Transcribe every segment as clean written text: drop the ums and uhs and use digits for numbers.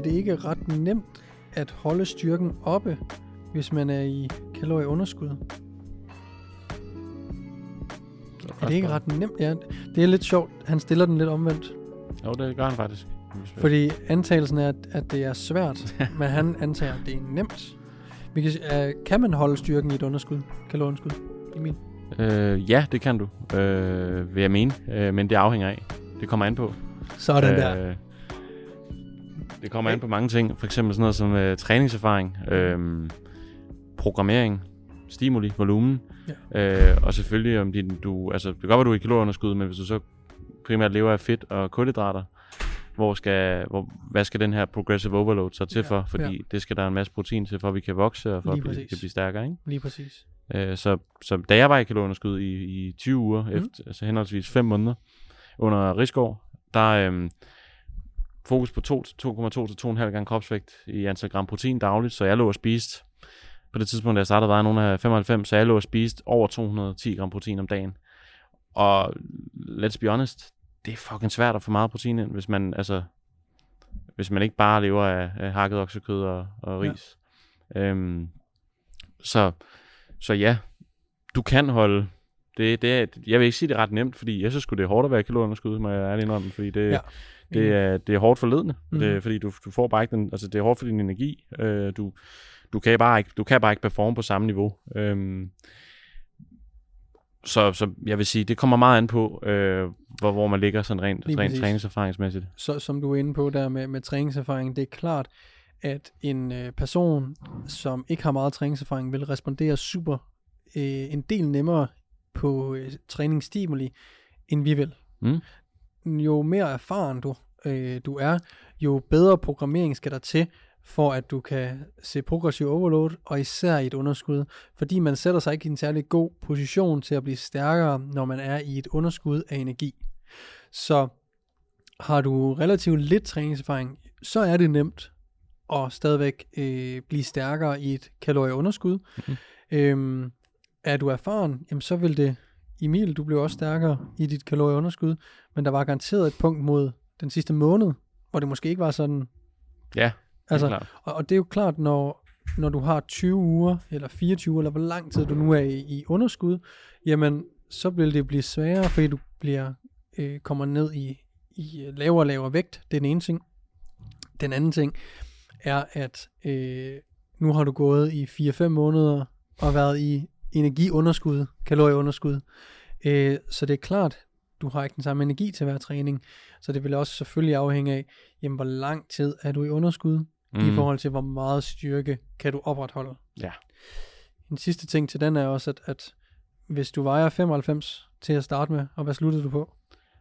er det ikke ret nemt at holde styrken oppe, hvis man er i kalorieunderskud? Er det ikke ret nemt? Ja, det er lidt sjovt. Han stiller den lidt omvendt. Jo, det gør han faktisk. Fordi antagelsen er, at det er svært, men han antager, at det er nemt. Kan man holde styrken i et underskud, kalorieunderskud, Emil? Ja, det kan du, vil jeg mene. Men det afhænger af. Det kommer an på. Sådan der. Det kommer an på mange ting. For eksempel sådan noget som træningserfaring, programmering, stimuli, volumen. Ja. Og selvfølgelig om det kan godt være, du er i kalorieunderskud, men hvis du så primært lever af fedt og kulhydrater, hvad skal den her progressive overload så til for? Fordi det skal der en masse protein til, for at vi kan vokse og for at vi kan blive stærkere, ikke? Lige præcis. Så da jeg var i kalorieunderskud i 20 uger, efter, altså henholdsvis 5 måneder under Rigsgaard, der fokus på 2,2 til 2,5 gange kropsvægt i antal gram protein dagligt, så jeg lå og spiste, på det tidspunkt, da jeg startede, var jeg nogen af 95, så jeg lå og spiste over 210 gram protein om dagen. Og let's be honest, det er fucking svært at få meget protein ind, hvis man ikke bare lever af hakket oksekød og ris. Ja. Så ja, du kan holde det jeg vil ikke sige, det er ret nemt, fordi jeg synes sgu, det er hårdt at være i kalorieunderskud, må jeg ærlig indrømme, fordi det er hårdt forledende, fordi du får bare ikke det er hårdt for din energi, du kan bare ikke performe på samme niveau. Så jeg vil sige, det kommer meget an på, hvor man ligger sådan rent træningserfaringsmæssigt. Så som du er inde på der med træningserfaring, det er klart, at en person, som ikke har meget træningserfaring, vil respondere en del nemmere på træningsstimuli, end vi vil. Jo mere erfaren du er, jo bedre programmering skal der til, for at du kan se progressiv overload, og især i et underskud, fordi man sætter sig ikke i en særlig god position til at blive stærkere, når man er i et underskud af energi. Så har du relativt lidt træningserfaring, så er det nemt at stadigvæk blive stærkere i et kalorieunderskud. Er du erfaren, jamen så vil det, Emil, du blev også stærkere i dit kalorieunderskud, men der var garanteret et punkt mod den sidste måned, hvor det måske ikke var sådan. Ja. Og det er jo klart, når du har 20 uger, eller 24 eller hvor lang tid du nu er i underskud, jamen, så vil det blive sværere, fordi du kommer ned i lavere og lavere vægt. Det er den ene ting. Den anden ting er, at nu har du gået i 4-5 måneder og været i energiunderskud, kalorieunderskud. Så det er klart, du har ikke den samme energi til hver træning, så det vil også selvfølgelig afhænge af, jamen, hvor lang tid er du i underskud, i forhold til, hvor meget styrke kan du opretholde. Ja. En sidste ting til den er også, at hvis du vejer 95 til at starte med, og hvad sluttede du på?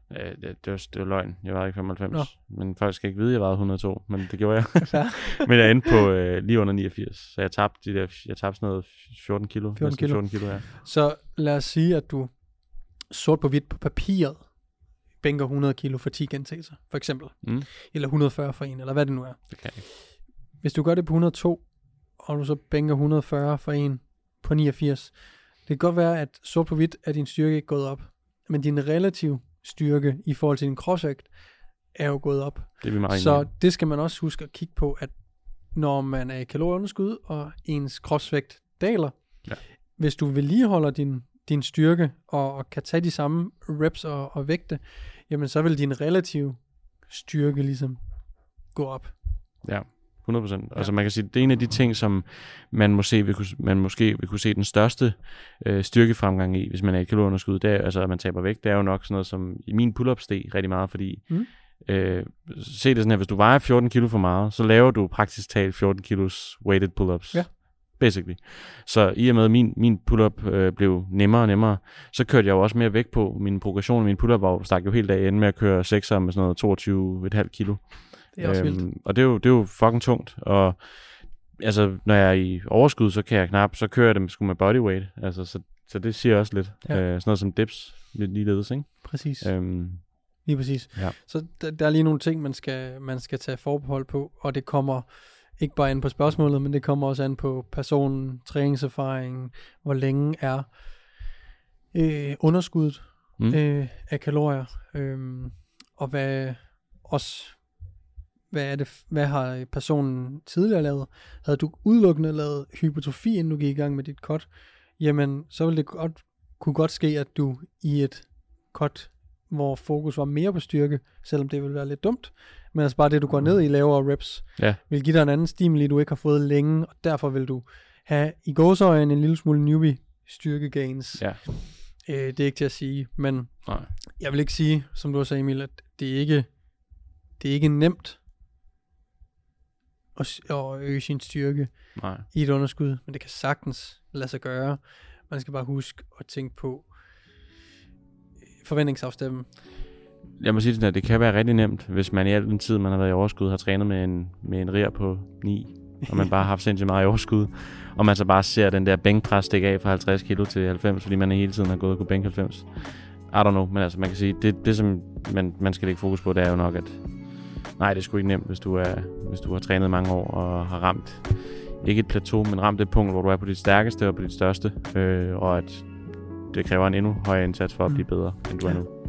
Det var løgn. Jeg vejede ikke 95. Nå. Men folk skal ikke vide, at jeg vejede 102, men det gjorde jeg. Men jeg endte på lige under 89, så jeg tabte sådan noget 14 kilo. 14 kilo, ja. Så lad os sige, at du sort på hvidt på papiret bænker 100 kilo for 10 gentagelser, for eksempel. Eller 140 for en, eller hvad det nu er. Det kan jeg. Hvis du gør det på 102, og du så bænker 140 for en på 89, det kan godt være, at sort på hvidt er din styrke ikke gået op, men din relativ styrke i forhold til din kropsvægt er jo gået op. Det er meget så det skal man også huske at kigge på, at når man er i kalorieunderskud, og ens kropsvægt daler, hvis du vedligeholder din styrke, og kan tage de samme reps og vægte, jamen så vil din relative styrke ligesom gå op. Ja, 100%. Altså man kan sige, det er en af de ting, som man måske vil kunne se den største styrkefremgang i, hvis man er i et kalorieunderskud, det er, altså at man taber vægt, det er jo nok sådan noget som, i min pull-up steg rigtig meget, fordi se det sådan her, hvis du vejer 14 kilo for meget, så laver du praktisk talt 14 kilos weighted pull-ups. Ja. Basically. Så i og med, at min pull-up blev nemmere og nemmere, så kørte jeg jo også mere vægt på. Min progression og min pull-up stak jo helt af ende med at køre 6'er med sådan noget 22,5 kilo. Det er også vildt. Og det er jo fucking tungt. Og altså, når jeg er i overskud, så kan jeg så kører jeg dem sgu med bodyweight. Altså, så det siger også lidt. Sådan noget som dips, lidt ligeledes, ikke? Præcis. Lige præcis. Ja. Så der er lige nogle ting, man skal tage forbehold på, og det kommer ikke bare an på spørgsmålet, men det kommer også an på personen, træningserfaringen, hvor længe er underskuddet af kalorier, og hvad også hvad har personen tidligere lavet? Havde du udelukkende lavet hypertrofi, inden du gik i gang med dit cut, jamen, så ville det kunne godt ske, at du i et cut, hvor fokus var mere på styrke, selvom det ville være lidt dumt, men altså bare det, du går ned i lavere reps, vil give dig en anden stimuli, du ikke har fået længe, og derfor vil du have i gåseøjne en lille smule newbie styrke gains. Ja. Det er ikke til at sige, men jeg vil ikke sige, som du også sagde, Emil, at det er ikke nemt at øge sin styrke i et underskud, men det kan sagtens lade sig gøre. Man skal bare huske at tænke på forventningsafstemmen. Jeg må sige sådan, at det kan være rigtig nemt, hvis man i al den tid, man har været i overskud, har trænet med en riger på 9, og man bare har haft sindssygt meget i overskud, og man så bare ser den der bænkpres stikke af fra 50 kilo til 90, fordi man hele tiden har gået og kunne bænke 90. I don't know, men altså man kan sige, det som man skal lægge fokus på, det er jo nok, at nej, det er sgu ikke nemt, hvis du har trænet mange år og har ramt, ikke et plateau, men ramt det punkt, hvor du er på dit stærkeste og på dit største, og at det kræver en endnu højere indsats for at blive bedre, end du er nu.